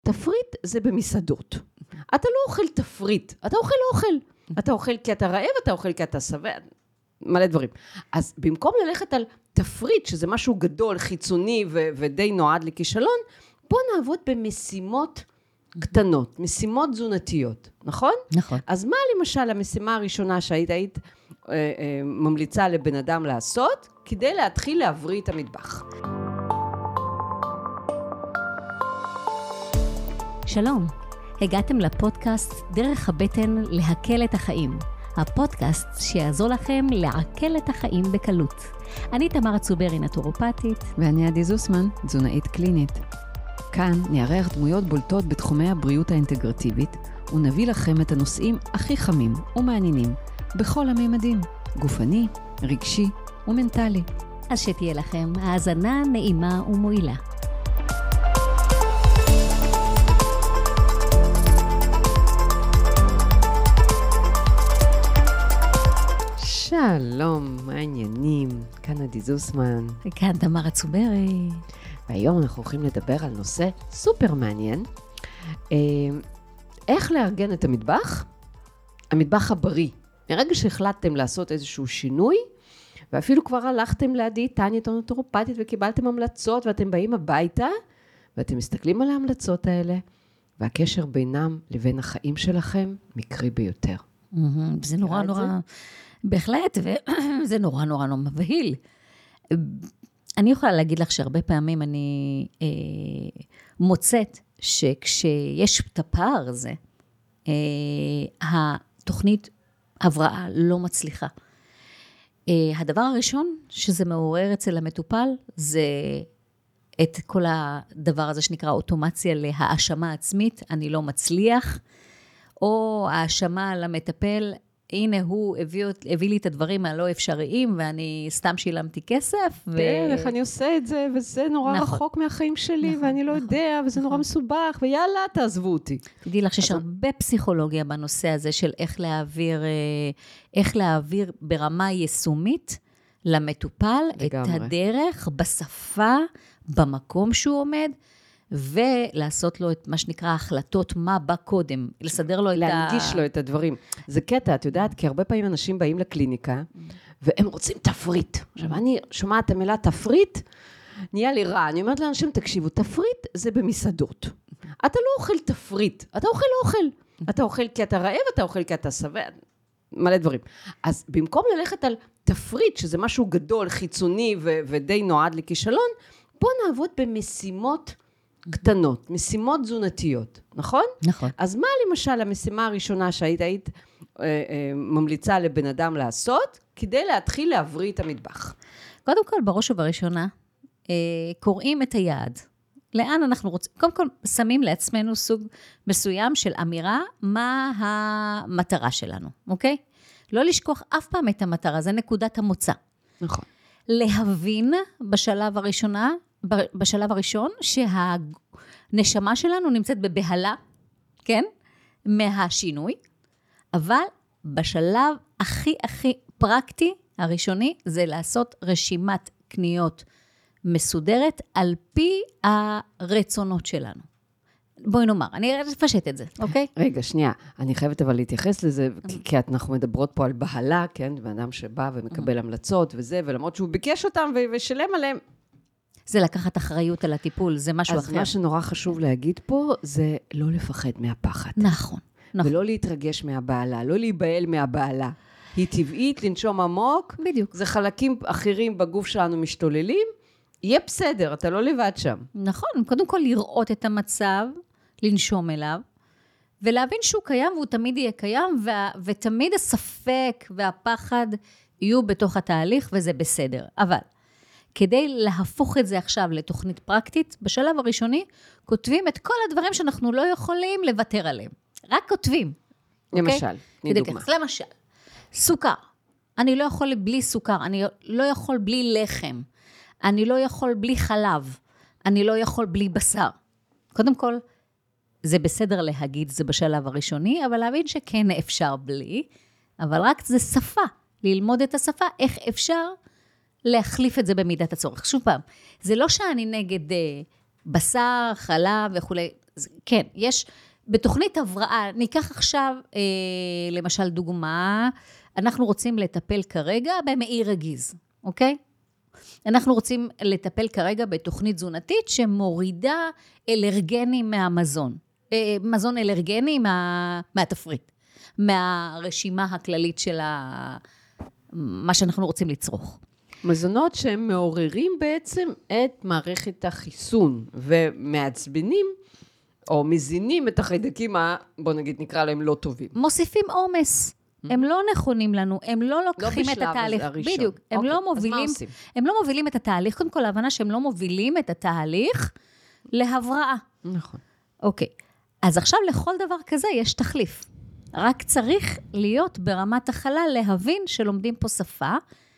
תפריט זה במסעדות. אתה לא אוכל תפריט, אתה אוכל. אתה אוכל כי אתה רעב, אתה אוכל כי אתה שבע, מלא דברים. אז במקום ללכת על תפריט, שזה משהו גדול, חיצוני ודי נועד לכישלון, בוא נעבוד במשימות קטנות, משימות תזונתיות, נכון? נכון. אז מה למשל המשימה הראשונה שהיית ממליצה לבן אדם לעשות, כדי להתחיל להבריא את המטבח? שלום, הגעתם לפודקאסט דרך הבטן להקל את החיים. הפודקאסט שיעזור לכם לעכל את החיים בקלות. אני תמר צוברי, נטורופטית. ואני עדי זוסמן, תזונאית קלינית. כאן נארח דמויות בולטות בתחומי הבריאות האינטגרטיבית, ונביא לכם את הנושאים הכי חמים ומעניינים, בכל הממדים, גופני, רגשי ומנטלי. אז שתהיה לכם האזנה נעימה ומועילה. שלום, מה העניינים? כאן עדי זוסמן. וכאן תמר צוברי. והיום אנחנו הולכים לדבר על נושא סופר מעניין. איך לארגן את המטבח? המטבח הבריא. מרגע שהחלטתם לעשות איזשהו שינוי, ואפילו כבר הלכתם לדיאטנית או נטורופטית וקיבלתם המלצות, ואתם באים הביתה, ואתם מסתכלים על ההמלצות האלה, והקשר בינם לבין החיים שלכם מקרי ביותר. זה נורא נורא... בהחלט, וזה נורא נורא נורא מבהיל. אני יכולה להגיד לך שהרבה פעמים אני מוצאת שכשיש את הפער הזה, התוכנית הבראה לא מצליחה. הדבר הראשון שזה מעורר אצל המטופל, זה את כל הדבר הזה שנקרא אוטומציה להאשמה עצמית, אני לא מצליח, או האשמה למטפל, הנה הוא הביא לי את הדברים הלא אפשריים, ואני סתם שילמתי כסף. איך אני עושה את זה, וזה נורא רחוק מהחיים שלי, ואני לא יודע, וזה נורא מסובך, ויאללה, תעזבו אותי. תדעי לך שיש הרבה פסיכולוגיה בנושא הזה, של איך להעביר ברמה יישומית, למטופל את הדרך, בשפה, במקום שהוא עומד, ולעשות לו את מה שנקרא החלטות, מה בא קודם, לסדר לו להנגיש לו את הדברים. זה קטע, את יודעת, כי הרבה פעמים אנשים באים לקליניקה, והם רוצים תפריט. עכשיו, אני שומעת את המילה תפריט, נהיה לי רע. אני אומרת לאנשים, תקשיבו, תפריט זה במסעדות. אתה לא אוכל תפריט, אתה אוכל. אתה אוכל כי אתה רעב, אתה אוכל כי אתה שבע, מלא דברים. אז במקום ללכת על תפריט, שזה משהו גדול, חיצוני ודי נועד לכישלון, בוא נעבוד במשימות קטנות, משימות תזונתיות, נכון? נכון. אז מה למשל המשימה הראשונה שהיית ממליצה לבן אדם לעשות, כדי להתחיל להבריא את המטבח? קודם כל, בראש ובראשונה, קוראים את היעד. לאן אנחנו רוצים? קודם כל, שמים לעצמנו סוג מסוים של אמירה, מה המטרה שלנו, אוקיי? לא לשכוח אף פעם את המטרה, זה נקודת המוצא. נכון. להבין בשלב הראשון, שהנשמה שלנו נמצאת בבהלה, כן? מהשינוי, אבל בשלב הכי פרקטי, הראשוני, זה לעשות רשימת קניות מסודרת, על פי הרצונות שלנו. בואי נאמר, אני אפשט את זה, אוקיי? רגע, שנייה, אני חייבת אבל להתייחס לזה, כי אנחנו מדברות פה על בהלה, כן? באדם שבא ומקבל המלצות וזה, ולמרות שהוא ביקש אותם ושלם עליהם, זה לקחת אחריות על הטיפול, זה משהו אחר. אז מה שנורא חשוב להגיד פה, זה לא לפחד מהפחד. נכון. ולא להתרגש מהבעלה, לא להיבהל מהבעלה. היא טבעית, לנשום עמוק. בדיוק. זה חלקים אחרים בגוף שלנו משתוללים. יהיה בסדר, אתה לא לבד שם. נכון, קודם כל לראות את המצב, לנשום אליו, ולהבין שהוא קיים, והוא תמיד יהיה קיים, ותמיד הספק והפחד יהיו בתוך התהליך, וזה בסדר. אבל כדי להפוך את זה עכשיו לתוכנית פרקטית, בשלב הראשוני, כותבים את כל הדברים שאנחנו לא יכולים לוותר עליהם. רק כותבים. למשל, נדוגמה. למשל, סוכר. אני לא יכול בלי סוכר, אני לא יכול בלי לחם, אני לא יכול בלי חלב, אני לא יכול בלי בשר. קודם כל, זה בסדר להגיד, זה בשלב הראשוני, אבל להבין שכן אפשר בלי, אבל רק זה שפה, ללמוד את השפה, איך אפשר להחליף את זה במידת הצורך. שוב פעם, זה לא שאני נגד בשר, חלב וכו', כן, יש, בתוכנית הבראה, ניקח עכשיו, למשל דוגמה, אנחנו רוצים לטפל כרגע במעי רגיז, אוקיי? אנחנו רוצים לטפל כרגע בתוכנית תזונתית שמורידה אלרגנים מהמזון. מזון אלרגני מהתפריט, מהרשימה הכללית של מה שאנחנו רוצים לצרוך. מזונות שהם מעוררים בעצם את מערכת החיסון, ומעצבנים, או מזינים את החיידקים, בוא נגיד נקרא להם לא טובים. מוסיפים עומס. הם לא נכונים לנו, הם לא לוקחים את התהליך. הראשון. בדיוק, הם לא מובילים, אז מה עושים? הם לא מובילים את התהליך, קודם כל ההבנה שהם לא מובילים את התהליך להבראה. נכון. אוקיי, אז עכשיו לכל דבר כזה יש תחליף. רק צריך להיות ברמת החלל להבין שלומדים פה שפה,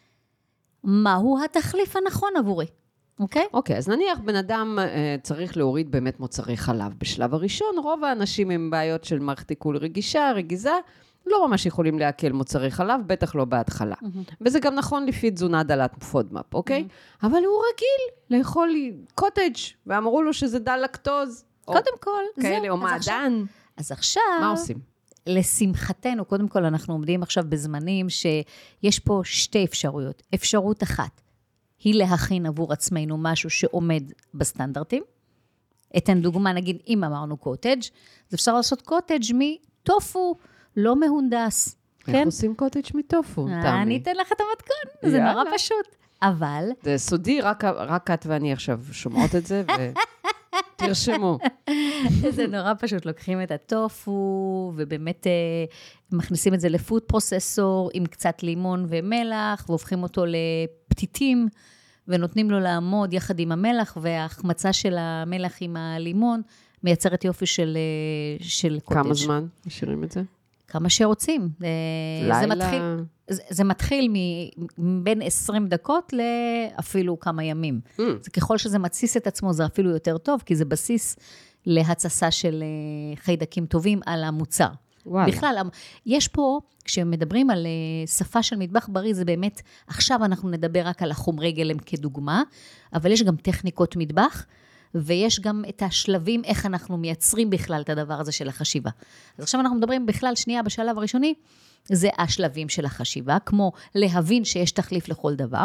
מהו התחליף הנכון עבורי. אוקיי? אוקיי, אז נניח בן אדם צריך להוריד באמת מוצרי חלב. בשלב הראשון, רוב האנשים עם בעיות של מערכת עיכול רגיזה, לא ממש יכולים להקל מוצרי חלב, בטח לא בהתחלה. וזה גם נכון לפי תזונה דלת פודמאפ, אוקיי? אבל הוא רגיל לאכול קוטג' ואמרו לו שזה דל לקטוז. קודם כל, כאלה, או מעדן. אז עכשיו... מה עושים? לשמחתנו, קודם כל אנחנו עומדים עכשיו בזמנים שיש פה שתי אפשרויות. אפשרות אחת, היא להכין עבור עצמנו משהו שעומד בסטנדרטים. אתן דוגמה, נגיד, אם אמרנו קוטג', אז אפשר לעשות קוטג' מטופו לא מהונדס. איך עושים קוטג' מטופו? אני אתן לך את המתכון, זה נורא פשוט. אבל... זה סודי, רק את ואני עכשיו שומעות את זה, ותרשמו. זה נורא פשוט, לוקחים את הטופו, ובאמת מכניסים את זה לפוד פרוססור, עם קצת לימון ומלח, והופכים אותו לפתיתים, ונותנים לו לעמוד יחד עם המלח, וההחמצה של המלח עם הלימון, מייצרת יופי של קוטג'. כמה זמן משאירים את זה? כמה שרוצים. לילה? זה מתחיל בין 20 דקות לאפילו כמה ימים. זה ככל שזה מתסיס את עצמו, זה אפילו יותר טוב, כי זה בסיס להצסה של חיידקים טובים על המוצר. וואלה. בכלל, יש פה, כשמדברים על שפה של מטבח בריא, זה באמת, עכשיו אנחנו נדבר רק על החומרי גלם כדוגמה, אבל יש גם טכניקות מטבח, ויש גם את השלבים, איך אנחנו מייצרים בכלל את הדבר הזה של החשיבה. אז עכשיו אנחנו מדברים בכלל, שנייה, בשלב הראשוני, זה השלבים של החשיבה, כמו להבין שיש תחליף לכל דבר.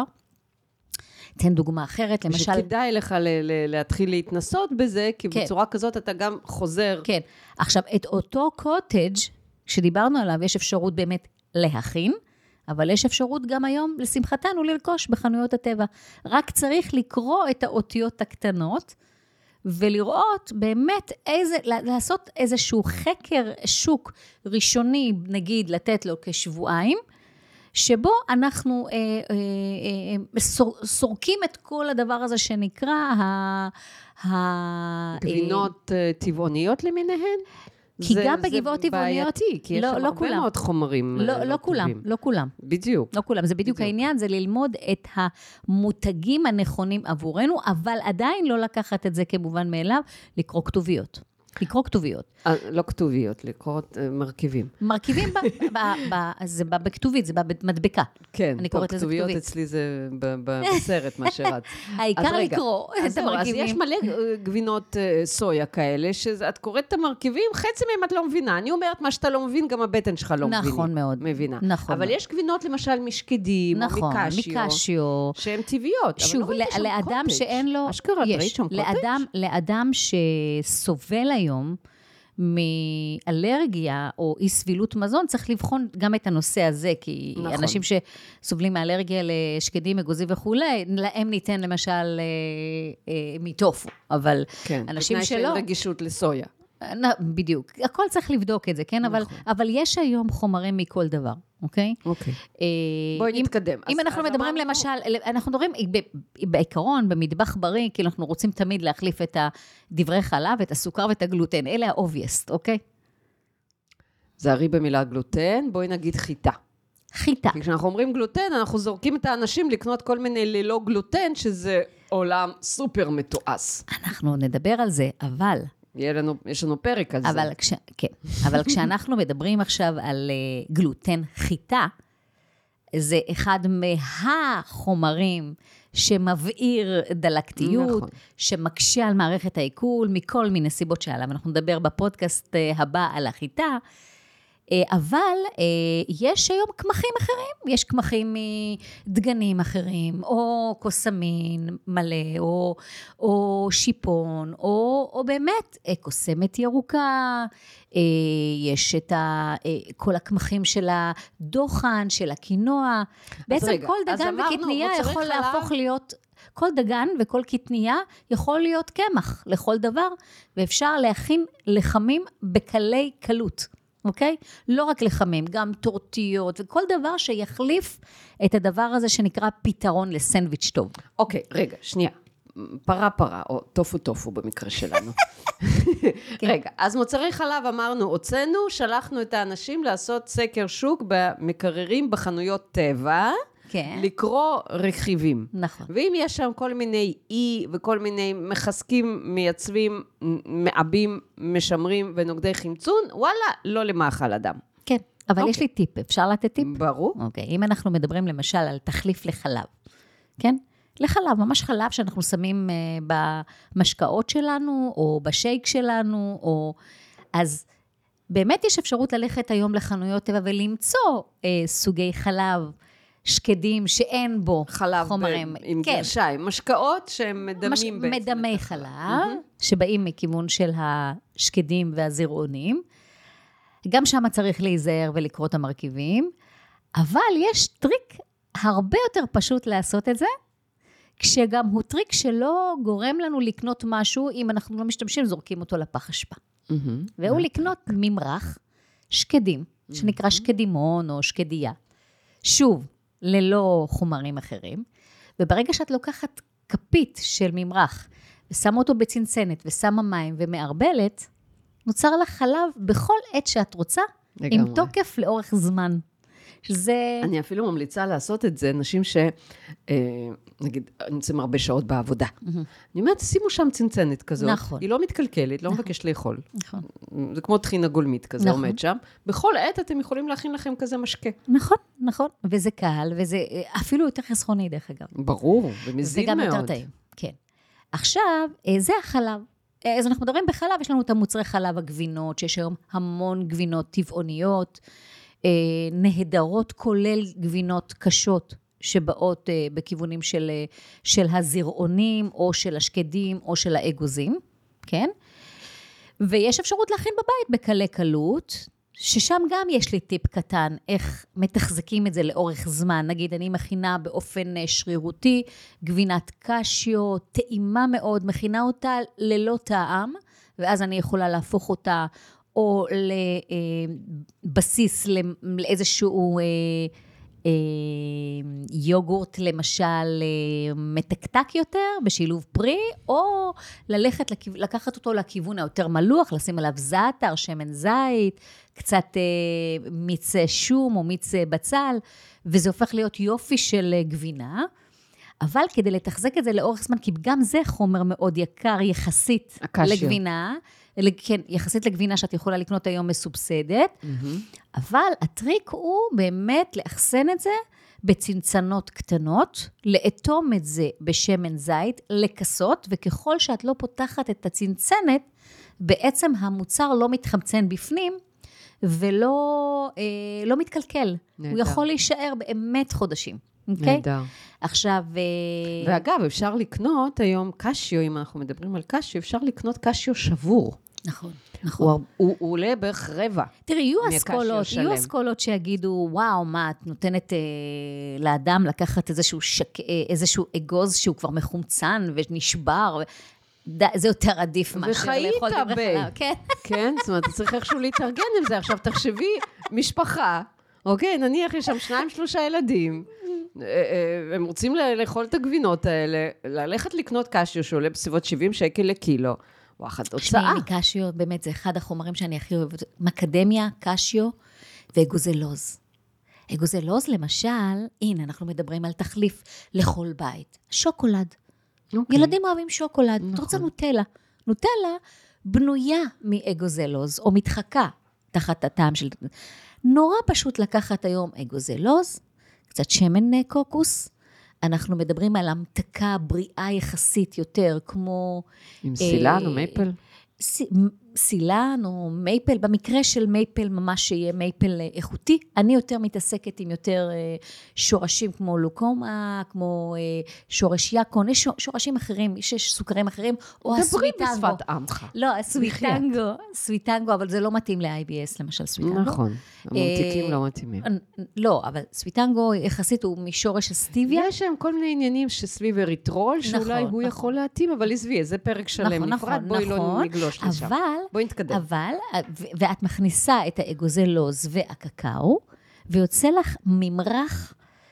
תן דוגמה אחרת, למשל... שכדאי לך להתחיל להתנסות בזה, כי כן. בצורה כזאת אתה גם חוזר. כן. עכשיו, את אותו קוטג' שדיברנו עליו, יש אפשרות באמת להכין, אבל יש אפשרות גם היום, לשמחתנו, לרכוש בחנויות הטבע. רק צריך לקרוא את האותיות הקטנות, ולראות באמת לעשות איזשהו חקר שוק ראשוני, נגיד, לתת לו כשבועיים, שבו אנחנו סורקים את כל הדבר הזה שנקרא גבינות טבעוניות למיניהן? כי גם בגבעות טבעוניות, זה בעייתי, כי יש שם הרבה מאוד חומרים לא כולם, לא כולם. בדיוק. לא כולם, זה בדיוק העניין, זה ללמוד את המותגים הנכונים עבורנו, אבל עדיין לא לקחת את זה כמובן מאליו, לקרוא כתוביות. לקרוא כתוביות. לא כתוביות, לקרוא מרכיבים. מרכיבים, זה בא בכתובית, זה בא במדבקה. כן, כתוביות אצלי זה בסרט, מה שרץ. העיקר לקרוא את המרכיבים. אז יש מלא גבינות סויה כאלה, שאת קוראת את המרכיבים, חצי מהם את לא מבינה. אני אומרת, מה שאתה לא מבין, גם הבטן שלך לא מבינה. נכון מאוד. מבינה. נכון. אבל יש גבינות, למשל, משקדים, או מקשיו, שהן טבעיות. שוב, לאדם שאין לו... יש. לאדם שסובל היום מאלרגיה או אי סבילות מזון, צריך לבחון גם את הנושא הזה, כי נכון. אנשים שסובלים מאלרגיה לשקדים, אגוזי וכו', להם ניתן למשל מטופו, אבל כן, אנשים שלא... שאין רגישות לסויה. בדיוק, הכל צריך לבדוק את זה, כן? נכון. אבל יש היום חומרים מכל דבר, אוקיי? אוקיי. בואי נתקדם. אם אנחנו מדברים למשל, אנחנו מדברים בעיקרון, במטבח בריא, כי אנחנו רוצים תמיד להחליף את הדברי חלב, את הסוכר ואת הגלוטן, אלה ה-obvious, אוקיי? זהרי במילה גלוטן, בואי נגיד חיטה. חיטה. כי כשאנחנו אומרים גלוטן, אנחנו זורקים את האנשים לקנות כל מיני ללא גלוטן, שזה עולם סופר מתועש. אנחנו נדבר על זה, אבל... יש לנו פרק על זה. כן, אבל כשאנחנו מדברים עכשיו על גלוטן חיטה, זה אחד מהחומרים שמבעיר דלקתיות, נכון. שמקשה על מערכת העיכול, מכל מיני סיבות שעליו. אנחנו נדבר בפודקאסט הבא על החיטה, אבל יש היום קמחים אחרים, יש קמחים מדגנים אחרים, או קוסמין מלא, או שיפון, או באמת קוסמת ירוקה, יש את כל הקמחים של הדוחן, של הקינוע, בעצם רגע, כל דגן וקטניה יכול להפוך להיות, כל דגן וכל קטניה יכול להיות קמח לכל דבר, ואפשר להכין לחמים בקלי קלות. אוקיי? לא רק לחמים, גם טורטיות, וכל דבר שיחליף את הדבר הזה שנקרא פתרון לסנדוויץ' טוב. אוקיי, רגע, שנייה. פרה, או טופו במקרה שלנו. רגע, אז מוצרי חלב אמרנו, הוצאנו, שלחנו את האנשים לעשות סקר שוק במקררים בחנויות טבע, כן. לקרוא רכיבים. נכון. ואם יש שם כל מיני וכל מיני מחזקים, מייצבים, מעבים, משמרים ונוגדי חמצון, וואלה, לא למאכל אדם. כן, אבל יש לי טיפ, אפשר לתת טיפ? ברור. אוקיי, אם אנחנו מדברים למשל על תחליף לחלב, כן? לחלב, ממש חלב שאנחנו שמים במשקאות שלנו, או בשייק שלנו, אז באמת יש אפשרות ללכת היום לחנויות טבע ולמצוא סוגי חלב, שקדים שאין בו חלב חומרים. עם כן. גרשיים, משקאות שהם מדמים בעצם. מדמי חלב, שבאים מכיוון של השקדים והזרעונים. גם שם צריך להיזהר ולקרוא את המרכיבים, אבל יש טריק הרבה יותר פשוט לעשות את זה, כשגם הוא טריק שלא גורם לנו לקנות משהו, אם אנחנו לא משתמשים, זורקים אותו לפח אשפה. והוא לקנות ממרח, שקדים, שנקרא שקדימון או שקדיה. שוב, ללא חומרים אחרים, וברגע שאת לוקחת כפית של ממרח, ושמה אותו בצנצנת, ושמה מים ומערבלת, נוצר לך חלב בכל עת שאת רוצה, לגמרי. עם תוקף לאורך זמן. שזה... אני אפילו ממליצה לעשות את זה, נשים נגיד, נמצאים הרבה שעות בעבודה. אני אומרת, שימו שם צנצנת כזאת. נכון. היא לא מתקלקלת, לא מבקשת לאכול. נכון. זה כמו טחינה גולמית כזה עומד שם. בכל עת אתם יכולים להכין לכם כזה משקה. נכון, נכון. וזה קל, וזה אפילו יותר חסכוני דרך אגב. ברור, ומזין מאוד. וגם יותר טעים, כן. עכשיו, זה החלב. אז אנחנו מדברים בחלב, יש לנו את המוצרי חלב הגבינות, שיש היום המון גבינות טבעוניות, נהדרות, כולל גבינות קשות, שבאות בכיוונים של הזרעונים, או של השקדים, או של האגוזים, כן? ויש אפשרות להכין בבית בקלי קלות, ששם גם יש לי טיפ קטן, איך מתחזקים את זה לאורך זמן. נגיד, אני מכינה באופן שרירותי, גבינת קשיו, טעימה מאוד, מכינה אותה ללא טעם, ואז אני יכולה להפוך אותה, או לבסיס לאיזשהו יוגורט, למשל, מתקתק יותר, בשילוב פרי, או לקחת אותו לכיוון היותר מלוח, לשים עליו זעתר, שמן זית, קצת מיץ שום או מיץ בצל, וזה הופך להיות יופי של גבינה, אבל כדי לתחזק את זה לאורך זמן, כי גם זה חומר מאוד יקר יחסית לגבינה, כן, יחסית לגבינה שאת יכולה לקנות היום מסובסדת, אבל הטריק הוא באמת לאחסן את זה בצנצנות קטנות, לאטום את זה בשמן זית, לקסות, וככל שאת לא פותחת את הצנצנת, בעצם המוצר לא מתחמצן בפנים, ולא לא מתקלקל. נהדר. הוא יכול להישאר באמת חודשים. נהדר. עכשיו... ואגב, אפשר לקנות היום קשיו, אם אנחנו מדברים על קשיו, אפשר לקנות קשיו שבור. נכון, נכון. הוא עולה בערך רבע. תראי, יהיו אסכולות שיגידו, וואו, מה, את נותנת לאדם לקחת איזשהו אגוז שהוא כבר מחומצן ונשבר, זה יותר עדיף מאשר לאכול דברי חלב. כן, זאת אומרת, צריך איכשהו להתארגן עם זה. עכשיו, תחשבי, משפחה, אוקיי, נניח יש שם 2-3 ילדים, הם רוצים לאכול את הגבינות האלה, ללכת לקנות קשיו שעולה בסביבות 70 שקל לקילו, וואחד הוצאה. שמי קשיו, באמת, זה אחד החומרים שאני הכי אוהבת, מקדמיה, קשיו ואגוזי לוז. אגוזי לוז, למשל, הנה, אנחנו מדברים על תחליף לכל בית. שוקולד. ילדים אוהבים שוקולד, אתה רוצה נוטלה. נוטלה בנויה מאגוזי לוז, או מתחקה תחת הטעם של... נורא פשוט לקחת היום אגוזי לוז, קצת שמן קוקוס, אנחנו מדברים על המתקה בריאה יחסית יותר, כמו... עם סילן או מייפל? סילן או מייפל, במקרה של מייפל ממש שיהיה מייפל איכותי, אני יותר מתעסקת עם יותר שורשים כמו לוקומה, כמו שורש יקון, יש שורשים אחרים, יש סוכרים אחרים, או הסוויטנגו. דברי בשפת עמך. לא, סוויטנגו, אבל זה לא מתאים ל-IBS, למשל סוויטנגו. נכון, הממתיקים לא מתאימים. לא, אבל סוויטנגו יחסית הוא משורש הסטיביה. יש שם כל מיני עניינים שסביב אריתרול, שאולי הוא יכול להתאים, אבל עזבי, זה פרק שלם נפרד, בואי לא נגלוש לשם. בואי נתקדם. אבל, ואת מכניסה את האגוזי לוז והקקאו, ויוצא לך ממרח,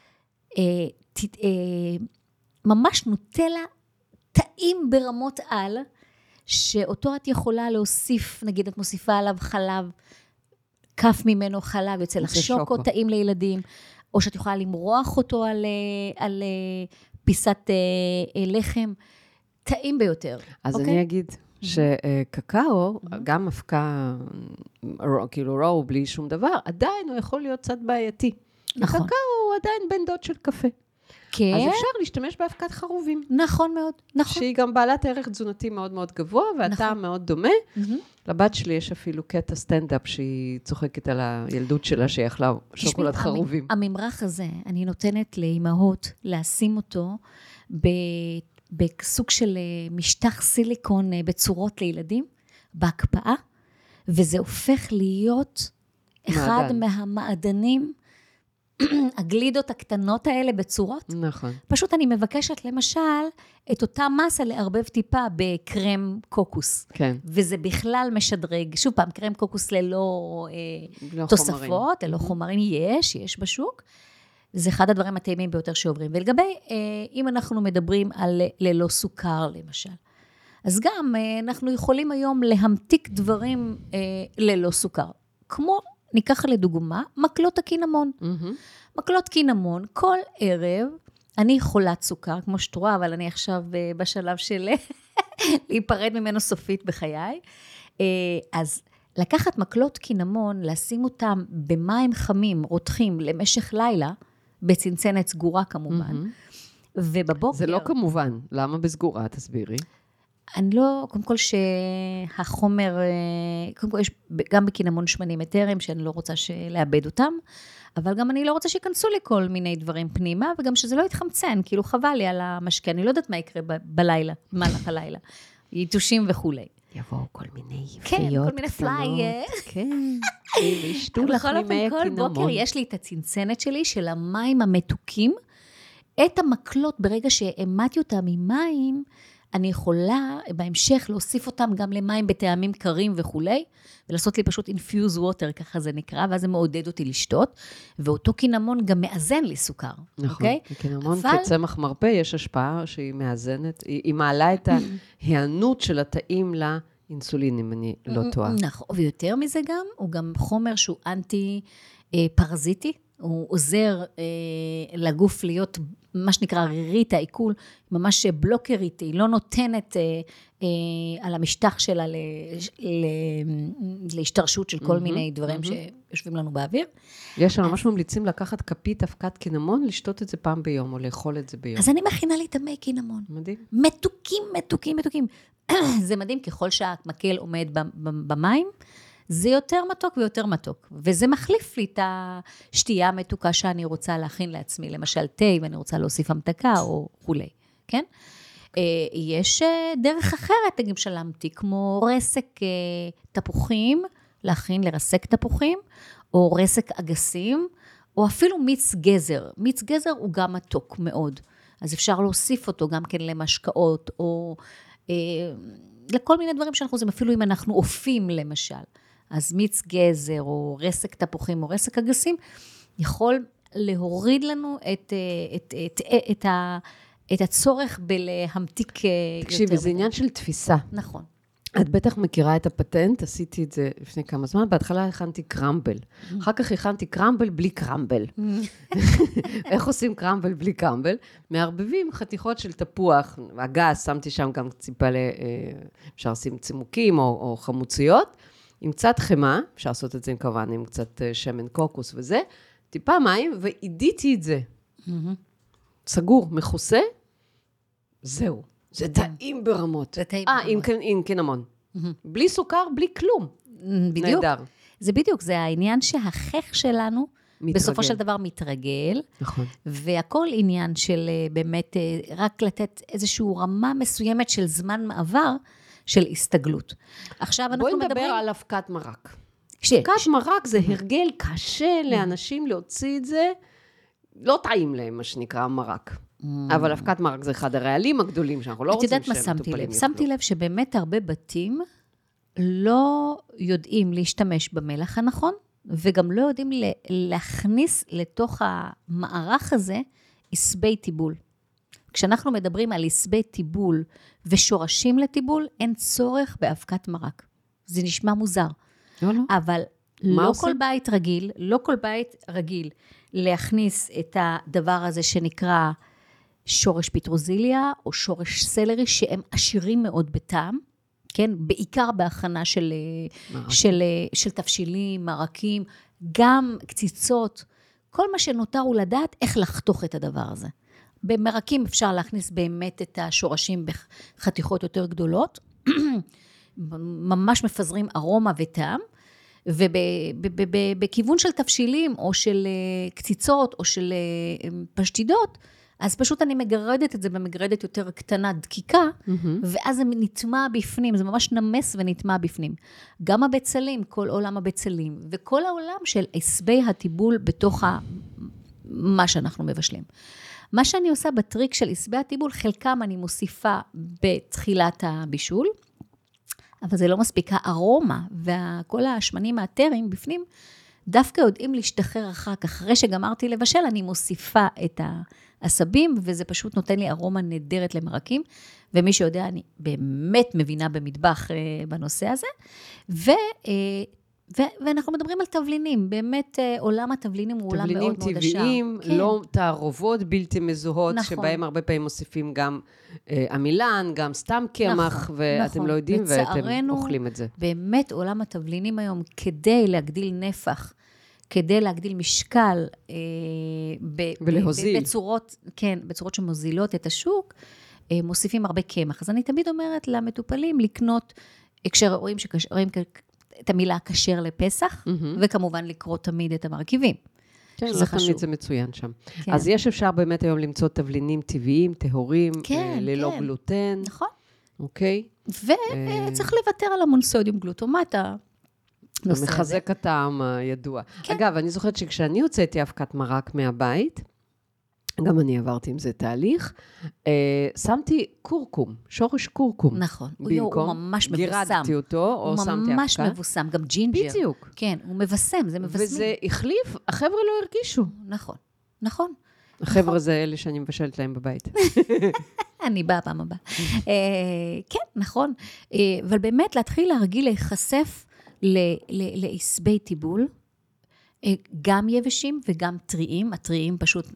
ממש נוטלה, טעים ברמות על, שאותו את יכולה להוסיף, נגיד את מוסיפה עליו חלב, כף ממנו חלב, יוצא לך שוקו טעים לילדים, או שאת יכולה למרוח אותו על פיסת לחם, טעים ביותר. אז אני אגיד שקקאו, גם מפקה, כאילו רואו בלי שום דבר, עדיין הוא יכול להיות קצת בעייתי. נכון. קקאו הוא עדיין בן דוד של קפה. כן. אז אפשר להשתמש בהפקת חרובים. נכון מאוד, נכון. שהיא גם בעלת ערך תזונתי מאוד מאוד גבוה, והטעם מאוד דומה. לבת שלי יש אפילו קטע סטנדאפ שהיא צוחקת על הילדות שלה, שהיא אכלה שוקולד חרובים. הממרח הזה, אני נותנת לאימהות לשים אותו בסוג של משטח סיליקון בצורות לילדים, בהקפאה, וזה הופך להיות אחד מהמעדנים, הגלידות הקטנות האלה בצורות. נכון. פשוט אני מבקשת למשל את אותה מסה לערבב טיפה בקרם קוקוס. כן. וזה בכלל משדרג. שוב פעם, קרם קוקוס ללא תוספות, ללא חומרים, יש בשוק. זה אחד הדברים הטעימים ביותר שעוברים. ולגבי, אם אנחנו מדברים על ללא סוכר למשל, אז גם אנחנו יכולים היום להמתיק דברים ללא סוכר. כמו, ניקח לדוגמה, מקלות הקינמון. מקלות קינמון, כל ערב, אני חולת סוכר, כמו שאת רואה, אבל אני עכשיו בשלב של להיפרד ממנו סופית בחיי. אז לקחת מקלות קינמון, לשים אותם במים חמים, רותחים, למשך לילה, בצנצנת סגורה כמובן, ובבוקר... זה לא כמובן, למה בסגורה? תסבירי. אני לא, קודם כל שהחומר, קודם כל יש גם בקינמון שמנים אתרים, שאני לא רוצה לאבד אותם, אבל גם אני לא רוצה שיכנסו לי כל מיני דברים פנימה, וגם שזה לא יתחמצן, כאילו חבל לי על המשקה, אני לא יודעת מה יקרה בלילה, במהלך הלילה, יתושים וכולי. יבואו כל מיני יפיות כן, כל מיני פליי. כן, וישתו לך ממי הקינמון. כל בוקר יש לי את הצנצנת שלי של המים המתוקים, את המקלות ברגע שהעמדתי אותם ממים, אני יכולה בהמשך להוסיף אותם גם למים בטעמים קרים וכולי, ולעשות לי פשוט infuse water, ככה זה נקרא, ואז זה מעודד אותי לשתות, ואותו קינמון גם מאזן לי סוכר. נכון, קינמון כצמח מרפא, יש השפעה שהיא מאזנת, היא מעלה את ההיענות של התאים לאינסולין, אם אני לא טועה. נכון, ויותר מזה גם, הוא גם חומר שהוא אנטי-פרזיטי, הוא עוזר לגוף להיות מה שנקרא רירית העיכול, ממש בלוקרית, היא לא נותנת על המשטח שלה להשתרשות של כל מיני דברים שיושבים לנו באוויר. יש לנו ממש ממליצים לקחת כפית אבקת קינמון, לשתות את זה פעם ביום, או לאכול את זה ביום. אז אני מכינה לי את המי קינמון. מדהים. מתוקים, מתוקים, מתוקים. זה מדהים, ככל שהמקל עומד במים, זה יותר מתוק ויותר מתוק, וזה מחליף לי את השתייה המתוקה שאני רוצה להכין לעצמי, למשל תה, ואני רוצה להוסיף המתקה או כולי, כן? יש דרך אחרת, גם של להמתיק, כמו רסק תפוחים, להכין לרסק תפוחים, או רסק אגסים, או אפילו מיץ גזר. מיץ גזר הוא גם מתוק מאוד, אז אפשר להוסיף אותו גם כן למשקאות, או לכל מיני דברים שאנחנו עושים, אפילו אם אנחנו אופים למשל. אז מיץ גזר, או רסק תפוחים, או רסק אגסים, יכול להוריד לנו את הצורך בלהמתיק יותר. תקשיבי, זה עניין של תפיסה. נכון. את בטח מכירה את הפטנט, עשיתי את זה לפני כמה זמן, בהתחלה הכנתי קרמבל. אחר כך הכנתי קרמבל בלי קרמבל. איך עושים קרמבל בלי קרמבל? מערבבים חתיכות של תפוח, אגס, שמתי שם גם ציפה, אפשר לשים צימוקים או חמוציות, עם קצת חמה, אפשר לעשות את זה כמובן עם קצת שמן קוקוס וזה, טיפה מים, ועידיתי את זה סגור, מכוסה, זהו. זה טעים ברמות. זה טעים ברמות. עם קינמון. בלי סוכר, בלי כלום. בדיוק. נהדר. זה בדיוק, זה העניין שהחך שלנו, מתרגל. בסופו של דבר מתרגל, נכון. והכל עניין של באמת רק לתת איזושהי רמה מסוימת של זמן מעבר, של הסתגלות. עכשיו אנחנו מדברים... בואי נדבר על אבקת מרק. אבקת מרק זה הרגל קשה לאנשים להוציא את זה, לא טעים להם, מה שנקרא מרק. אבל אבקת מרק זה אחד הרעלים הגדולים, שאנחנו לא רוצים שהם מטופלים. את יודעת מה שמתי לב שבאמת הרבה בתים לא יודעים להשתמש במלח הנכון, וגם לא יודעים להכניס לתוך המערך הזה עשבי טיבול. כשאנחנו מדברים על עשבי טיבול ושורשים לטיבול, אין צורך באבקת מרק. זה נשמע מוזר. לא. אבל לא כל בית רגיל להכניס את הדבר הזה שנקרא שורש פטרוזיליה או שורש סלרי, שהם עשירים מאוד בטעם, כן? בעיקר בהכנה של תבשילים, מרקים, גם קציצות, כל מה שנותר הוא לדעת איך לחתוך את הדבר הזה. במרקים אפשר להכניס באמת את השורשים בחתיכות יותר גדולות, ממש מפזרים ארומה וטעם, ובכיוון של תבשילים או של קציצות או של פשטידות, אז פשוט אני מגרדת את זה במגרדת יותר קטנה, דקיקה, ואז זה נטמע בפנים, זה ממש נמס ונטמע בפנים. גם הבצלים, כל עולם הבצלים, וכל העולם של עשבי הטיבול בתוך מה שאנחנו מבשלים. מה שאני עושה בטריק של עשבי הטיבול, חלקם אני מוסיפה בתחילת הבישול, אבל זה לא מספיק. הארומה וכל השמנים האתרים בפנים, דווקא יודעים להשתחרר אחר כך. אחרי שגמרתי לבשל, אני מוסיפה את העשבים, וזה פשוט נותן לי ארומה נהדרת למרקים, ומי שיודע, אני באמת מבינה במטבח בנושא הזה, ואנחנו מדברים על תבלינים, באמת עולם התבלינים הוא עולם מאוד מאוד עשיר. תבלינים טבעיים, כן. לא תערובות בלתי מזוהות, נכון. שבהם הרבה פעמים מוסיפים גם עמילן, גם סתם קמח, נכון, ואתם נכון. לא יודעים, ואתם אוכלים את זה. באמת עולם התבלינים היום, כדי להגדיל נפח, כדי להגדיל משקל, ולהוזיל. בצורות שמוזילות את השוק, מוסיפים הרבה קמח. אז אני תמיד אומרת למטופלים לקנות, כשרואים את המילה כשר לפסח, וכמובן לקרוא תמיד את המרכיבים. כן, לא תמיד זה מצוין שם. כן. אז אפשר באמת היום למצוא תבלינים טבעיים, טהורים, כן, ללא כן. גלוטן. נכון. אוקיי. וצריך לוותר על המון סודיום גלוטומט, מחזק הטעם הידוע. כן. אגב, אני זוכרת שכשאני הוצאתי אבקת מרק מהבית, גם אני עברתי עם זה תהליך, שמתי קורקום, שורש קורקום. נכון, הוא ממש מבוסם. גירדתי אותו, או שמתי אבקה. הוא ממש מבוסם, גם ג'ינג'ר. בדיוק. כן, הוא מבסם, זה מבסמים. וזה החליף, החבר'ה לא הרגישו. נכון, נכון. החבר'ה זה אלה שאני מבשלת להם בבית. אני באה פעם הבאה. כן, נכון. אבל באמת להתחיל להרגיל להיחשף לעשבי טיבול, גם יבשים וגם טריים. הטריים פשוט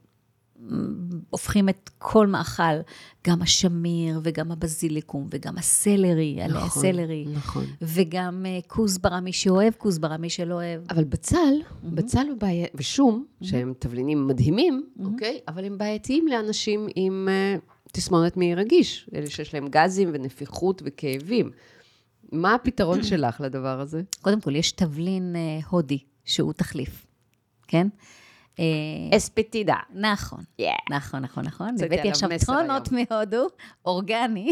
הופכים את כל מאכל, גם השמיר וגם הבזיליקום וגם הסלרי, נכון, עלי הסלרי, נכון. וגם כוסברה, מי שאוהב כוסברה, מי שלא אוהב. אבל בצל ושום, שהם תבלינים מדהימים, אוקיי? אבל הם בעייתיים לאנשים עם תסמונת מעי רגיש, אלה שיש להם גזים ונפיחות וכאבים. מה הפתרון שלך לדבר הזה? קודם כל, יש תבלין הודי, שהוא תחליף, כן? אספטידה. נכון, נכון. הבאתי עכשיו טונות מהודו, אורגני.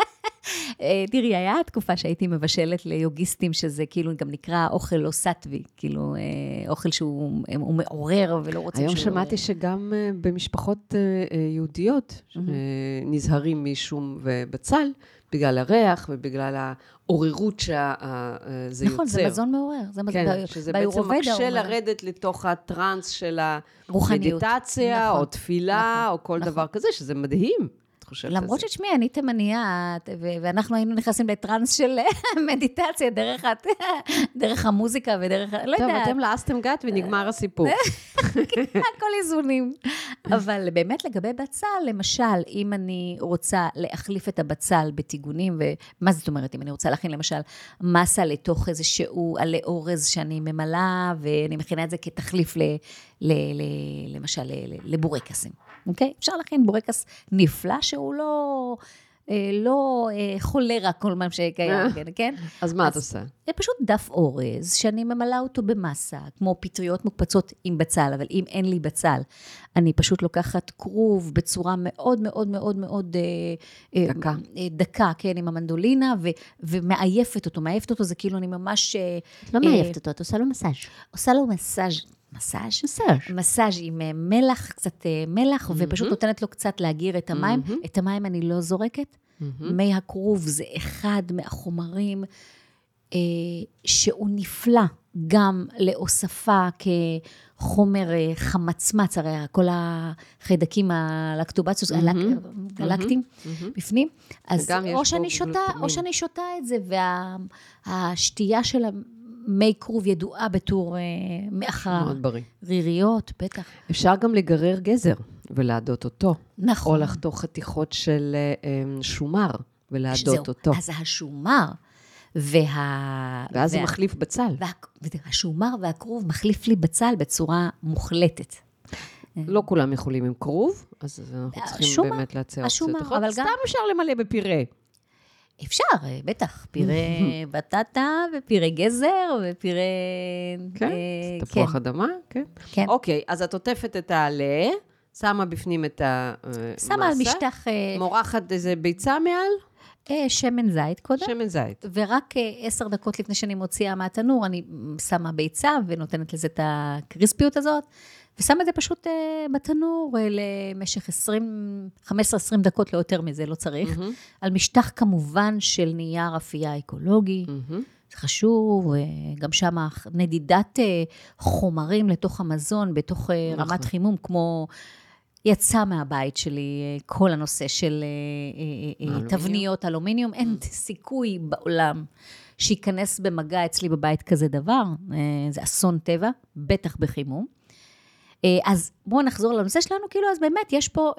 תראי, היה תקופה שהייתי מבשלת ליוגיסטים, שזה כאילו גם נקרא אוכל לא סטווי, כאילו אוכל שהוא מעורר ולא רוצים היום שמעתי שגם במשפחות יהודיות, נזהרים משום ובצל, בגלל הריח ובגלל העוררות שזה יוצר. נכון, זה מזון מעורר. כן, שזה בעצם מקשה לרדת לתוך הטרנס של המדיטציה, או תפילה, או כל דבר כזה, שזה מדהים. את חושבת על זה? למרות שתשמעי, אני תימניה, ואנחנו היינו נכנסים לטרנס של מדיטציה דרך המוזיקה ודרך, לא יודעת. טוב, אתם לעסתם גת ונגמר הסיפור. הכל איזונים. אבל באמת לגבי בצל, למשל, אם אני רוצה להחליף את הבצל בטיגונים, ומה זאת אומרת, אם אני רוצה להכין למשל מסה לתוך איזשהו עלי אורז שאני ממלאה, ואני מכינה את זה כתחליף למשל לבורקסים. אוקיי? אפשר להכין בורקס נפלא שהוא לא חולרה כל מה שקיים, כן? אז מה את עושה? זה פשוט דף אורז, שאני ממלאה אותו במסה, כמו פטריות מוקפצות עם בצל, אבל אם אין לי בצל, אני פשוט לוקחת כרוב בצורה מאוד מאוד מאוד מאוד דקה, כן, עם המנדולינה, ומעייפת אותו. מעייפת אותו זה כאילו אני ממש... לא מעייפת אותו, את עושה לו מסאז'. עושה לו מסאז' עם מלח, קצת מלח, ופשוט נותנת לו קצת להגיר את המים. את המים אני לא זורקת. מי הכרוב זה אחד מהחומרים שהוא נפלא גם להוספה כחומר חמצמץ, הרי כל החיידקים הלקטובציות, גלקטיים בפנים. אז או שאני שותה את זה, והשתייה של מי כרוב ידועה בתור מאחר ריריות, בטח. אפשר גם לגרר גזר ולעדות אותו. נכון. או לחתוך חתיכות של שומר ולעדות אותו. אז השומר ואז זה מחליף בצל. השומר והכרוב מחליף לי בצל בצורה מוחלטת. לא כולם יכולים עם כרוב, אז אנחנו צריכים באמת להציע אופציות. אבל סתם אפשר למלא בפירה. אפשר, בטח, פירה בטטה, ופירה גזר, ופירה... כן, תפוח אדמה, כן. אוקיי, אז את עוטפת את העלה, שמה בפנים את המסה. שמה על משטח... מורחת איזה ביצה מעל? שמן זית קודם. שמן זית. ורק 10 דקות לפני שאני מוציאה מהתנור, אני שמה ביצה, ונותנת לזה את הקריספיות הזאת, ושמה את זה פשוט בתנור למשך 15-20 דקות, לא יותר מזה, לא צריך. על משטח כמובן של נייר אפייה אקולוגי, זה חשוב, גם שם נדידת חומרים לתוך המזון, בתוך רמת חימום, כמו יצא מהבית שלי כל הנושא של תבניות אלומיניום, אין סיכוי בעולם שיכנס במגע אצלי בבית כזה דבר, זה אסון טבע, בטח בחימום. אז בואו נחזור לנושא שלנו, כאילו, אז באמת יש פה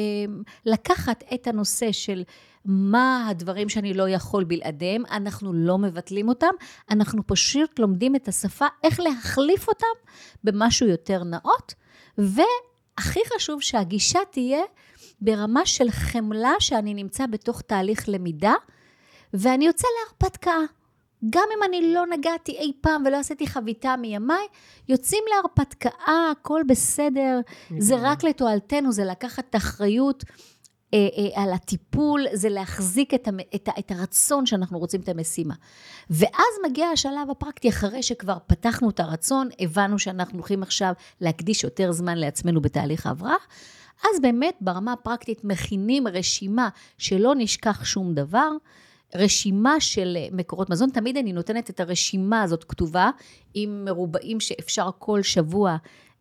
לקחת את הנושא של מה הדברים שאני לא יכול בלעדיהם, אנחנו לא מבטלים אותם, אנחנו פשוט לומדים את השפה, איך להחליף אותם במשהו יותר נאות, והכי חשוב שהגישה תהיה ברמה של חמלה, שאני נמצא בתוך תהליך למידה, ואני יוצא להרפתקה. גם אם אני לא נגעתי אי פעם ולא עשיתי חביתה מימיי, יוצאים להרפתקה, הכל בסדר, זה רק לתועלתנו, זה לקחת את האחריות על הטיפול, זה להחזיק את הרצון שאנחנו רוצים את המשימה. ואז מגיע השלב הפרקטי, אחרי שכבר פתחנו את הרצון, הבנו שאנחנו הולכים עכשיו להקדיש יותר זמן לעצמנו בתהליך העברה, אז באמת ברמה הפרקטית מכינים רשימה שלא נשכח שום דבר, רשימה של מקורות מזון, תמיד אני נותנת את הרשימה הזאת כתובה, עם מרובעים שאפשר כל שבוע,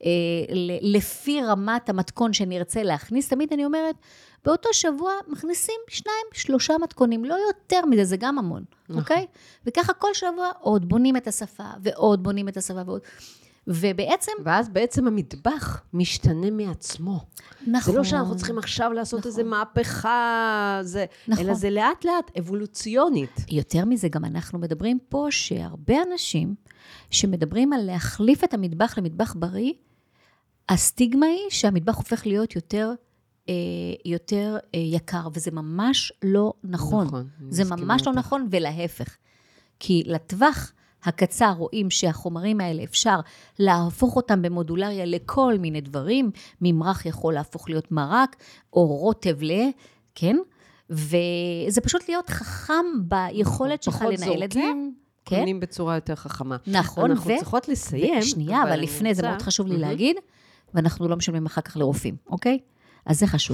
לפי רמת המתכון שאני ארצה להכניס, תמיד אני אומרת, באותו שבוע מכניסים 2-3 מתכונים, לא יותר מזה, זה גם המון, אוקיי? וככה כל שבוע עוד בונים את השפה, ועוד בונים את השפה, ועוד. ובעצם... ואז בעצם המטבח משתנה מעצמו. נכון. זה לא שאנחנו צריכים עכשיו לעשות נכון. איזה מהפכה, זה, נכון. אלא זה לאט לאט אבולוציונית. יותר מזה, גם אנחנו מדברים פה שהרבה אנשים שמדברים על להחליף את המטבח למטבח בריא, הסטיגמה היא שהמטבח הופך להיות יותר יקר, וזה ממש לא נכון. נכון. זה ממש לא נכון, ולהפך. כי לטווח הקצר רואים שהחומרים האלה אפשר להפוך אותם במודולריה לכל מיני דברים, ממרח יכול להפוך להיות מרק, או רוטב כן? וזה פשוט להיות חכם ביכולת שלך לנהל את זה. קונים בצורה יותר חכמה. נכון. אנחנו צריכות לסיים. שנייה, אבל לפני זה מאוד חשוב לי להגיד, ואנחנו לא משלמים אחר כך לרופאים, אוקיי? אז זה חשוב.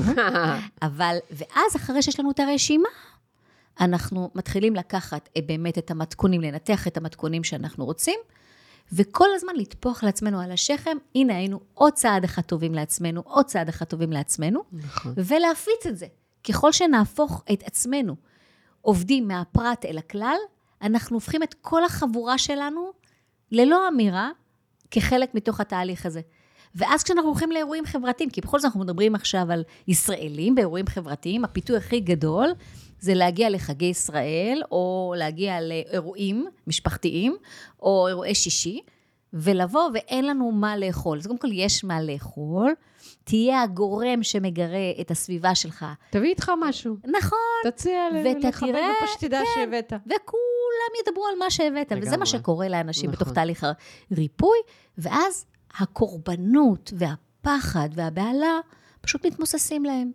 ואז אחרי שיש לנו את הרשימה, אנחנו מתחילים לקחת באמת את המתכונים, לנתח את המתכונים שאנחנו רוצים, וכל הזמן לתפוח לעצמנו על השכם, הנה היינו עוד צעד אחד טובים לעצמנו, עוד צעד אחד טובים לעצמנו, נכון. ולהפיץ את זה. ככל שנהפוך את עצמנו עובדים מהפרט אל הכלל, אנחנו הופכים את כל החבורה שלנו ללא אמירה כחלק מתוך התהליך הזה. ואז כשאנחנו הולכים לאירועים חברתיים, כי בכל זאת אנחנו מדברים עכשיו על ישראלים באירועים חברתיים, הפיתוי הכי גדול זה להגיע לחגי ישראל, או להגיע לאירועים משפחתיים, או אירועי שישי, ולבוא ואין לנו מה לאכול. אז קודם כל יש מה לאכול, תהיה הגורם שמגרה את הסביבה שלך. תביא איתך משהו. נכון. תציע לחבר בפשטידה שהבאת. וכולם ידברו על מה שהבאת, וזה מה שקורה לאנשים בתוך תהליך הריפוי, ואז הקורבנות והפחד והבעלה פשוט מתמוססים להם.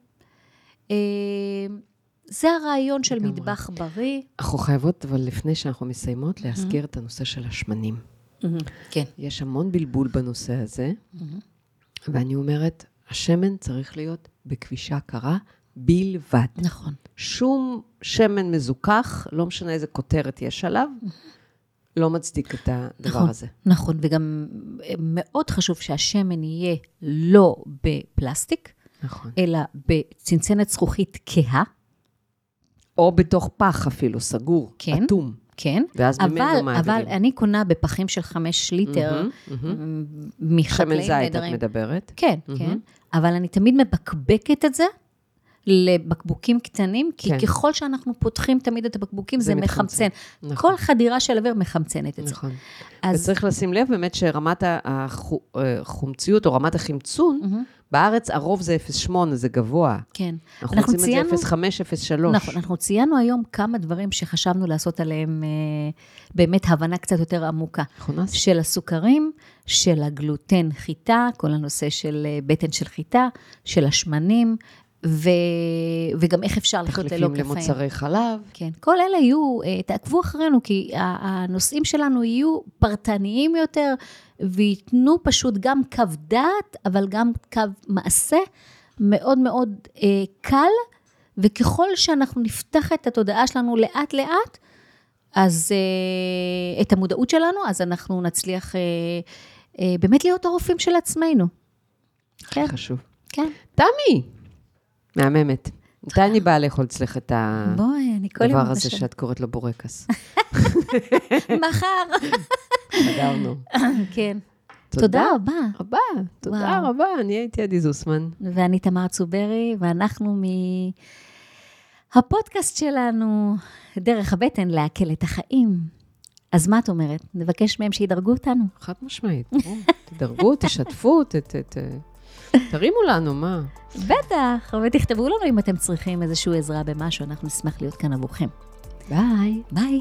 זה הרעיון של מטבח בריא. אנחנו חייבות, אבל לפני שאנחנו מסיימות, להזכיר את הנושא של השמנים. כן. יש המון בלבול בנושא הזה, ואני אומרת, השמן צריך להיות בכבישה קרה בלבד. נכון. שום שמן מזוכח, לא משנה איזה כותרת יש עליו, לא מצדיק את הדבר הזה. נכון, וגם מאוד חשוב שהשמן יהיה לא בפלסטיק, אלא בצנצנת זכוכית כהה. או בתוך פח אפילו, סגור, אטום. כן, אבל אני קונה בפחים של 5 ליטר, מחקלאים נהדרים. שמן זית את מדברת. כן, כן. אבל אני תמיד מבקבקת את זה, לבקבוקים קטנים, כי ככל שאנחנו פותחים תמיד את הבקבוקים, זה מחמצן. כל חדירה של אוויר מחמצנת את זה. נכון. וצריך לשים לב באמת שרמת החומציות, או רמת החמצון, בארץ הרוב זה 0.8, זה גבוה. כן. אנחנו רוצים את זה 0.5, 0.3. נכון, אנחנו ציינו היום כמה דברים שחשבנו לעשות עליהם באמת הבנה קצת יותר עמוקה. של הסוכרים, של הגלוטן חיטה, כל הנושא של בטן של חיטה, של השמנים, וגם איך אפשר לחיות ללא קפאים. תחליפים למוצרי חלב. כן, כל אלה יהיו, תעקבו אחרינו, כי הנושאים שלנו יהיו פרטניים יותר, ויתנו פשוט גם קו דעת, אבל גם קו מעשה, מאוד מאוד קל, וככל שאנחנו נפתח את התודעה שלנו לאט לאט, אז את המודעות שלנו, אז אנחנו נצליח באמת להיות הרופאים של עצמנו. כן. חשוב. כן. תמי! מהממת. מתי אני באה לאכול אצלך את הדבר הזה שאת קוראת לו בורקס? מחר. חדרנו. כן. תודה רבה. תודה רבה. אני הייתי עדי זוסמן. ואני תמר צוברי, ואנחנו מהפודקאסט שלנו, דרך הבטן להקל את החיים. אז מה את אומרת? נבקש מהם שידרגו אותנו. חד משמעית. תדרגו, תשתפו, תרימו לנו, מה? בטח, ותכתבו לנו אם אתם צריכים איזושהי עזרה במשהו, אנחנו נשמח להיות כאן עבורכם. ביי. ביי.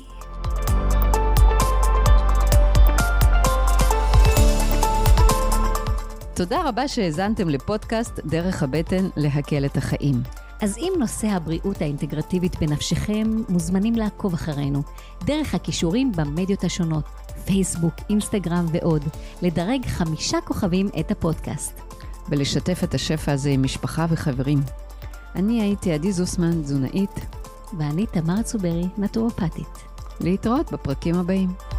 תודה רבה שהאזנתם לפודקאסט דרך הבטן להקל את החיים. אז אם נושא הבריאות האינטגרטיבית בנפשכם, מוזמנים לעקוב אחרינו, דרך הכישורים במדיות השונות, פייסבוק, אינסטגרם ועוד, לדרג 5 כוכבים את הפודקאסט. ולשתף את השפע הזה עם משפחה וחברים. אני הייתי עדי זוסמן, תזונאית. ואני תמר צוברי, נטורופטית. להתראות בפרקים הבאים.